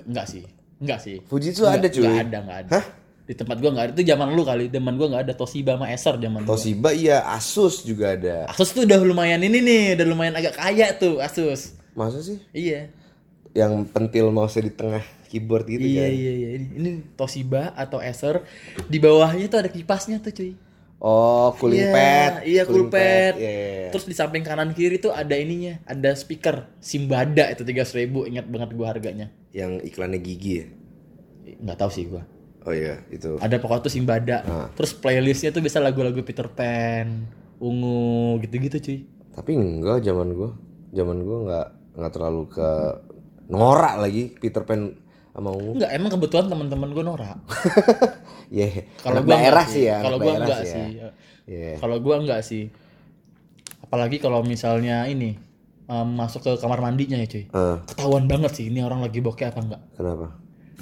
B: Enggak sih.
A: Fujitsu ada cuy.
B: Nggak ada. Hah? Di tempat gua nggak ada. Itu zaman lu kali. Zaman gua nggak ada Toshiba sama Acer zaman gua.
A: Toshiba iya, Asus juga ada.
B: Asus tuh udah lumayan ini nih, udah lumayan agak kaya tuh Asus.
A: Masa sih?
B: Iya.
A: Yang pentil mouse di tengah keyboard gitu kan.
B: Iya. Ini Toshiba atau Acer. Di bawahnya tuh ada kipasnya tuh cuy.
A: Oh, cooling pad.
B: Iya, cooling pad.
A: Yeah.
B: Terus di samping kanan kiri tuh ada ininya, ada speaker Simbada itu 300.000, ingat banget gua harganya.
A: Yang iklannya gigi ya?
B: Nggak tahu sih gua.
A: Oh iya, itu.
B: Ada pokoknya tuh Simbada. Terus playlistnya tuh bisa lagu-lagu Peter Pan, Ungu, gitu-gitu cuy.
A: Tapi enggak zaman gua nggak terlalu ke norak lagi Peter Pan sama Ungu.
B: Enggak, emang kebetulan teman-teman gua norak.
A: Iya.
B: Kalau gua
A: daerah
B: enggak
A: sih ya.
B: Kalau gua enggak
A: sih.
B: sih.
A: Yeah.
B: Kalau gua enggak sih. Apalagi kalau misalnya ini masuk ke kamar mandinya ya cuy. Ketahuan banget sih ini orang lagi bokeh apa enggak.
A: Kenapa?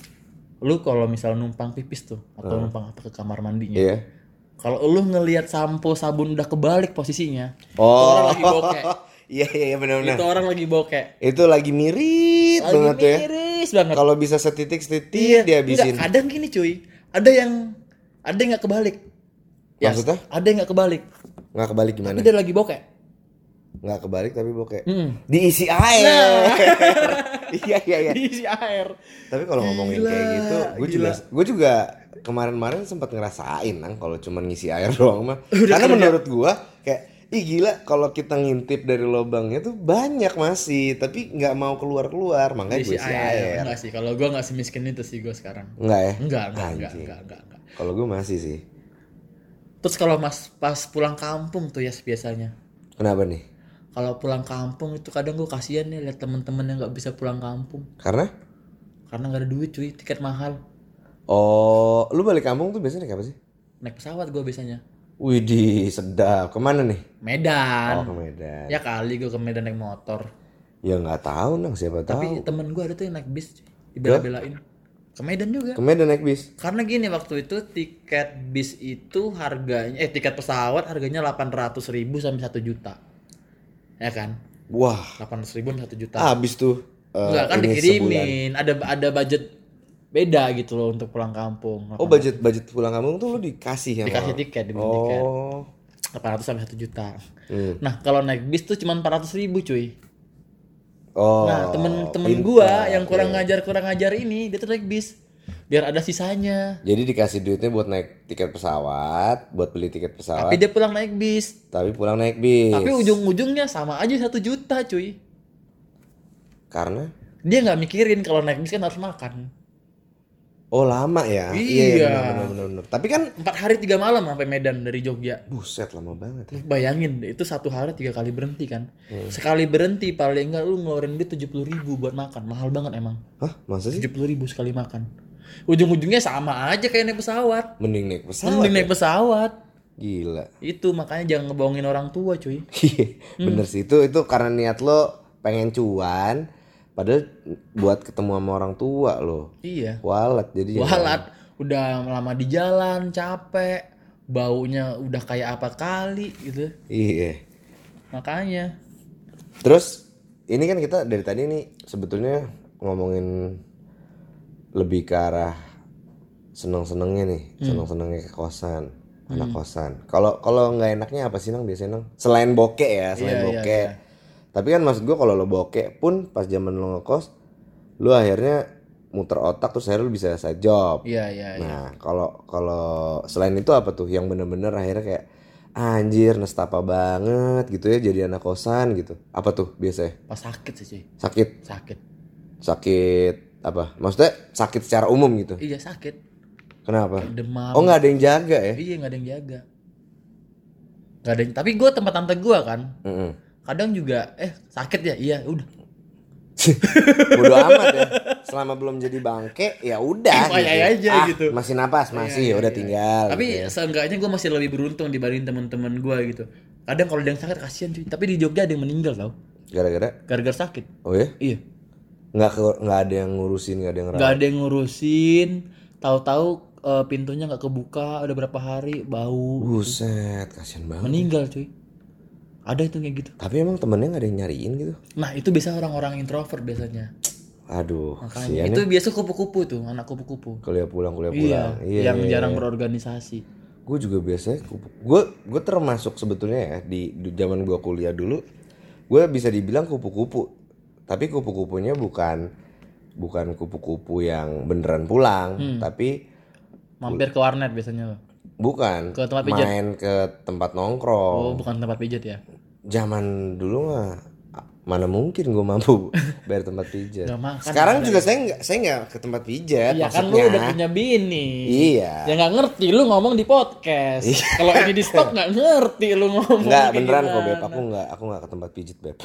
B: Lu kalau misal numpang pipis tuh atau numpang apa ke kamar mandinya.
A: Iya.
B: Kalau lu ngelihat sampo sabun udah kebalik posisinya.
A: Oh.
B: Itu orang lagi bokeh.
A: Iya benar-benar.
B: Itu orang lagi bokeh.
A: Itu lagi mirip banget ya.
B: Miris banget.
A: Kalau bisa setitik-setitik dia habisin.
B: Enggak, kadang gini cuy. Ada yang enggak kebalik. Ya,
A: Maksudnya?
B: Ada yang enggak kebalik.
A: Nggak kebalik gimana?
B: Tapi dia lagi bokeh.
A: Nggak kebalik tapi bokeh. Diisi air. Iya.
B: Diisi air.
A: Tapi kalau ngomongin
B: Gila,
A: kayak gitu, gue juga kemarin-kemarin sempat ngerasain kalau cuman ngisi air doang mah. Karena menurut gue kayak ih gila kalau kita ngintip dari lubangnya tuh banyak masih, tapi nggak mau keluar makanya gue isi air.
B: Enggak sih, kalau gue nggak semiskin itu sih gue sekarang.
A: Enggak ya?
B: Enggak.
A: Kalau gue masih sih.
B: Terus kalau pas pulang kampung tuh ya biasanya.
A: Kenapa nih?
B: Kalau pulang kampung itu kadang gue kasihan nih lihat temen-temen yang nggak bisa pulang kampung.
A: Karena
B: nggak ada duit cuy, tiket mahal.
A: Oh, lu balik kampung tuh biasanya naik apa sih?
B: Naik pesawat gue biasanya.
A: Widih, sedap. Kemana nih?
B: Medan.
A: Oh, ke Medan.
B: Ya kali gue ke Medan naik motor.
A: Ya nggak tahu nang, siapa tahu.
B: Tapi temen gue ada tuh yang naik bis, dibela-belain. Ke Medan juga.
A: Ke Medan naik bis.
B: Karena gini waktu itu tiket bis itu harganya tiket pesawat harganya 800.000 sampai 1 juta. Ya kan?
A: Wah,
B: 800.000 sampai 1 juta.
A: habis tuh.
B: Enggak kan dikirimin. Ada budget beda gitu loh untuk pulang kampung.
A: Oh, budget pulang kampung tuh lu dikasih ya?
B: Dikasih tiket, dibeli tiket. 800 sampai 1 juta. Nah, kalau naik bis tuh cuma 400.000 cuy.
A: Oh.
B: Nah, temen gua yang kurang ngajar ini, dia tuh naik bis. Biar ada sisanya.
A: Jadi dikasih duitnya buat naik tiket pesawat, buat beli tiket pesawat.
B: Tapi dia pulang naik bis.
A: Tapi
B: ujung-ujungnya sama aja 1 juta cuy.
A: Karena?
B: Dia nggak mikirin kalau naik bis kan harus makan.
A: Oh, lama ya?
B: Iya.
A: Benar. Tapi kan
B: 4 hari 3 malam sampai Medan dari Jogja.
A: buset lama banget ya.
B: Bayangin itu 1 hari 3 kali berhenti kan. Sekali berhenti paling enggak lu ngeluarin duit 70.000 buat makan. Mahal banget emang.
A: Hah, masa sih?
B: 70.000 sekali makan. Ujung-ujungnya sama aja kayak naik pesawat.
A: Mending naik pesawat.
B: Mending naik pesawat.
A: Gila.
B: Itu makanya jangan ngebohongin orang tua cuy.
A: Bener sih, itu karena niat lo pengen cuan, padahal buat ketemu sama orang tua lo.
B: Iya.
A: Walat jadi.
B: Walat. Udah lama di jalan, capek. Baunya udah kayak apa kali gitu.
A: Iya.
B: Makanya.
A: Terus ini kan kita dari tadi nih sebetulnya ngomongin lebih ke arah seneng-senengnya nih, seneng-senengnya ke kosan, anak kosan. Kalau nggak enaknya apa sih nang biasanya nang? Selain bokek ya, bokek. Iya. Tapi kan maksud gue kalau lo bokek pun pas zaman lo ngekos, lo akhirnya muter otak terus akhirnya lo bisa side job.
B: Iya.
A: Nah kalau selain itu apa tuh yang bener-bener akhirnya kayak anjir nestapa banget gitu ya jadi anak kosan gitu. Apa tuh biasanya?
B: Pas sakit sih cuy.
A: Sakit apa? Maksudnya sakit secara umum gitu?
B: Iya sakit.
A: Kenapa?
B: Demam.
A: Oh nggak ada yang jaga ya?
B: Iya nggak ada yang jaga. Nggak ada. Tapi gue tempat tante gue kan. Kadang juga sakit ya. Iya udah.
A: Bodo amat ya. Selama belum jadi bangke ya udah.
B: Gitu. Aja gitu.
A: Masih napas masih udah tinggal.
B: Tapi
A: gitu ya.
B: seenggaknya gue masih lebih beruntung dibanding teman-teman gue gitu. Kadang kalau ada yang sakit kasihan cuy. Tapi di Jogja ada yang meninggal tau. Gara-gara sakit.
A: Oh ya?
B: Iya.
A: Nggak ada yang ngurusin, nggak ada yang rawat.
B: Nggak ada yang ngurusin. Tahu-tahu pintunya nggak kebuka udah berapa hari bau.
A: Buset, kasihan banget.
B: Meninggal cuy. Ada itu kayak gitu.
A: Tapi emang temennya nggak ada yang nyariin gitu.
B: Nah itu biasa orang-orang introvert biasanya.
A: Aduh.
B: Makanya itu biasa kupu-kupu tuh, anak kupu-kupu.
A: Kuliah pulang.
B: Iya, yang jarang berorganisasi.
A: Gue juga biasanya gue termasuk sebetulnya ya di zaman gue kuliah dulu, gue bisa dibilang kupu-kupu. Tapi kupu-kupunya bukan kupu-kupu yang beneran pulang, tapi
B: mampir ke warnet biasanya loh.
A: Bukan.
B: Ke tempat pijat.
A: Main ke tempat nongkrong.
B: Oh, bukan tempat pijat ya.
A: Zaman dulu mah mana mungkin gue mampu bayar tempat pijat.
B: Makan,
A: sekarang juga saya nggak ke tempat pijat.
B: Iya kan lu udah punya bini.
A: Iya.
B: Ya nggak ngerti lu ngomong di podcast. Kalau ini di stop nggak ngerti lu ngomong.
A: Nggak beneran kok beb. Aku nggak ke tempat pijat beb.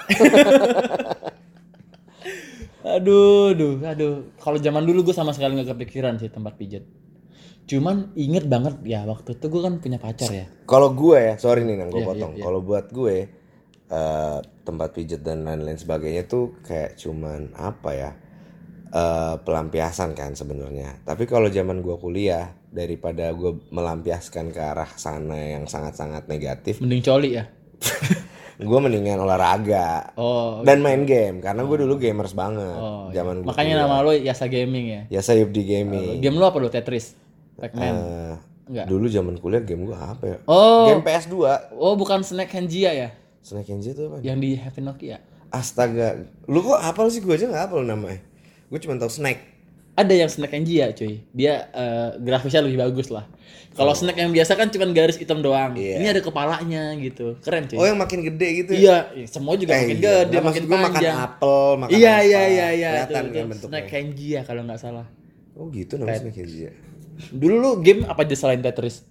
B: Aduh. Kalau zaman dulu gue sama sekali nggak kepikiran sih tempat pijat. Cuman inget banget ya waktu itu gue kan punya pacar ya.
A: Kalau gue ya, sorry nih gue potong.
B: Iya.
A: Kalau buat gue tempat pijat dan lain-lain sebagainya tuh kayak cuman apa ya, pelampiasan kan sebenarnya. Tapi kalau zaman gue kuliah, daripada gue melampiaskan ke arah sana yang sangat-sangat negatif,
B: mending coli ya.
A: gue mendingan olahraga dan main game karena gue dulu gamers banget. Zaman gue
B: makanya
A: kuliah.
B: Nama lo Yasa Gaming ya.
A: Yasa Yubdi Gaming.
B: Game lo apa lo? Tetris, Pac-Man?
A: Enggak. Dulu zaman kuliah game gue apa ya?
B: Oh.
A: Game PS2.
B: Oh bukan Snack Hengia ya?
A: Snack Hengia itu apa?
B: Yang di HP Nokia.
A: Astaga, lu kok hafal sih? Gue aja nggak hafal namanya. Gue cuma tahu Snake.
B: Ada yang snack Enjia cuy. Dia grafisnya lebih bagus lah. Kalau snack yang biasa kan cuma garis hitam doang.
A: Iya.
B: Ini ada kepalanya gitu. Keren cuy.
A: Oh, yang makin gede gitu ya?
B: Iya, semua juga makin
A: iya.
B: gede,
A: Nggak,
B: makin
A: maksud gua
B: panjang.
A: makan apel, makan
B: Iya.
A: kelihatan
B: Itu
A: kan bentuknya.
B: snack Enjia kalau nggak salah.
A: Oh gitu namanya Snake ya.
B: Dulu lu game apa aja selain Tetris?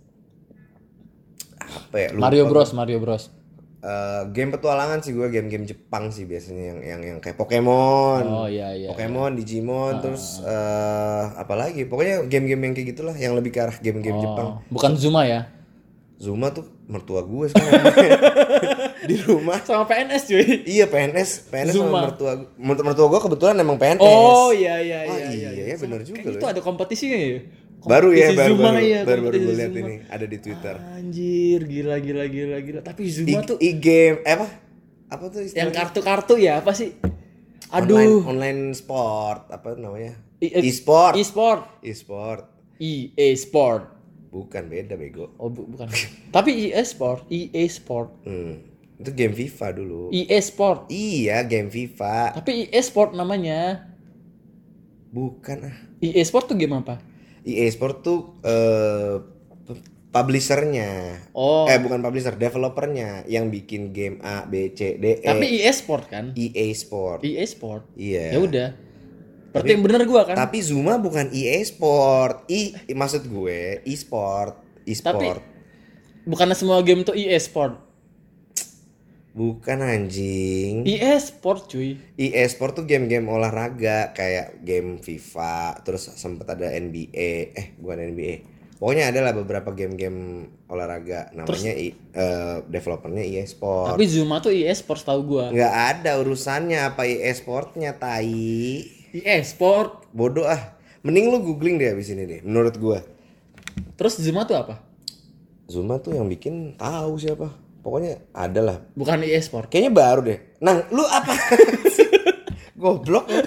A: Apa ya? Lupa
B: Mario
A: gua.
B: Bros.
A: Game petualangan sih gue, game Jepang sih biasanya yang kayak Pokemon.
B: Oh iya.
A: Pokemon, Digimon, terus apa lagi? Pokoknya game-game yang kayak gitulah, yang lebih ke arah game-game Jepang.
B: Bukan Zuma ya?
A: Zuma tuh mertua gue sekarang di rumah.
B: Sama PNS cuy.
A: Iya PNS
B: Zuma.
A: sama mertua gue kebetulan emang PNS.
B: Oh iya.
A: Iya benar juga loh.
B: Itu ada kompetisinya ya?
A: Baru
B: Zuma, ya,
A: baru
B: kompetisi
A: lihat
B: Zuma.
A: ini ada di Twitter.
B: Anjir, gila. Tapi Zuma tuh
A: game apa tuh istilahnya?
B: yang kartu-kartu ya, apa sih? Aduh.
A: Online sport apa namanya?
B: E-sport.
A: E-sport.
B: EA Sport.
A: Bukan, beda bego.
B: Oh, bukan. Tapi EA Sport.
A: Itu game FIFA dulu.
B: EA Sport.
A: Iya, game FIFA.
B: Tapi EA Sport namanya.
A: Bukan ah.
B: EA Sport tuh game apa?
A: EA Sport tuh publishernya.
B: Oh.
A: Bukan publisher, developernya yang bikin game A, B, C, D, E.
B: Tapi EA Sport kan?
A: EA Sport.
B: EA Sport.
A: Iya.
B: Ya udah. Berarti yang bener gua kan?
A: Tapi Zuma bukan EA Sport. Maksud gue e-sport.
B: Tapi bukannya semua game tuh EA Sport.
A: Bukan anjing.
B: EA Sport cuy.
A: EA Sport tuh game-game olahraga kayak game FIFA, terus sempet ada NBA. Bukan NBA. Pokoknya ada lah beberapa game-game olahraga namanya developernya EA Sport.
B: Tapi Zuma tuh EA Sport tahu gua.
A: Nggak ada urusannya apa EA Sportnya, tai.
B: EA Sport.
A: Bodoh ah. Mending lu googling deh abis ini deh menurut gua.
B: Terus Zuma tuh apa?
A: Zuma tuh yang bikin tahu siapa. Pokoknya ada lah.
B: Bukan EA Sport.
A: Kayaknya baru deh. Nah, lu apa? Goblok ya.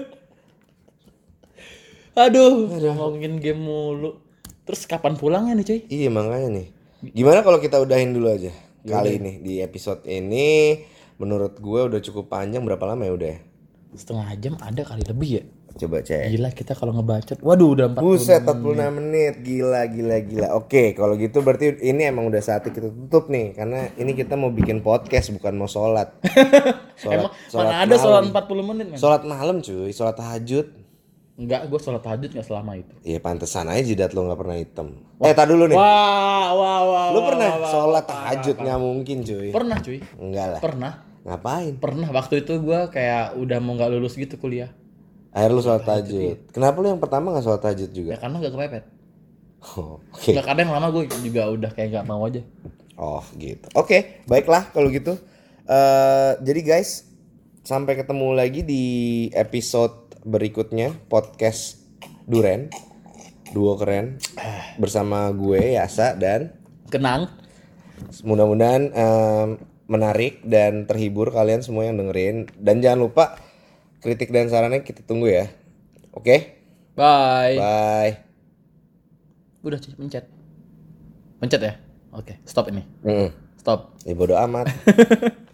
B: Aduh, ngomongin game mulu. Terus kapan pulangnya nih cuy?
A: Iya makanya nih. Gimana kalau kita udahin dulu aja kali ini di episode ini. Menurut gue udah cukup panjang. Berapa lama ya udah?
B: Setengah jam ada kali lebih ya.
A: Coba cek.
B: Gila kita kalau ngebacot. Waduh udah 40
A: Buset 46 menit. Gila. Oke kalau gitu berarti ini emang udah saatnya kita tutup nih. Karena ini kita mau bikin podcast bukan mau sholat.
B: Emang mana ada sholat 40 menit men?
A: Sholat malam cuy. Sholat tahajud.
B: Enggak, gue sholat tahajud gak selama itu.
A: Iya pantesan aja jidat lo gak pernah hitam. Tar dulu nih.
B: Wah.
A: Lu pernah sholat tahajud? Nggak mungkin cuy.
B: Pernah cuy.
A: Enggak lah.
B: Pernah.
A: Ngapain?
B: Pernah waktu itu gue kayak udah mau gak lulus gitu kuliah.
A: Akhirnya lu sholat tahajud. Kenapa lu yang pertama gak sholat tahajud juga?
B: Ya karena gak kepepet.
A: Oh, oke.
B: Gak kadang lama gue juga udah kayak gak mau aja.
A: Oh gitu. Oke, baiklah kalau gitu. Jadi guys, sampai ketemu lagi di episode berikutnya podcast Duren. Duo keren bersama gue Yasa dan
B: Kenang.
A: mudah-mudahan menarik dan terhibur kalian semua yang dengerin. Dan jangan lupa kritik dan sarannya kita tunggu ya. Oke?
B: Bye.
A: Bye.
B: Udah cuy, mencet. Mencet ya? Oke, stop ini.
A: Mm-mm.
B: Stop.
A: Ya bodo amat.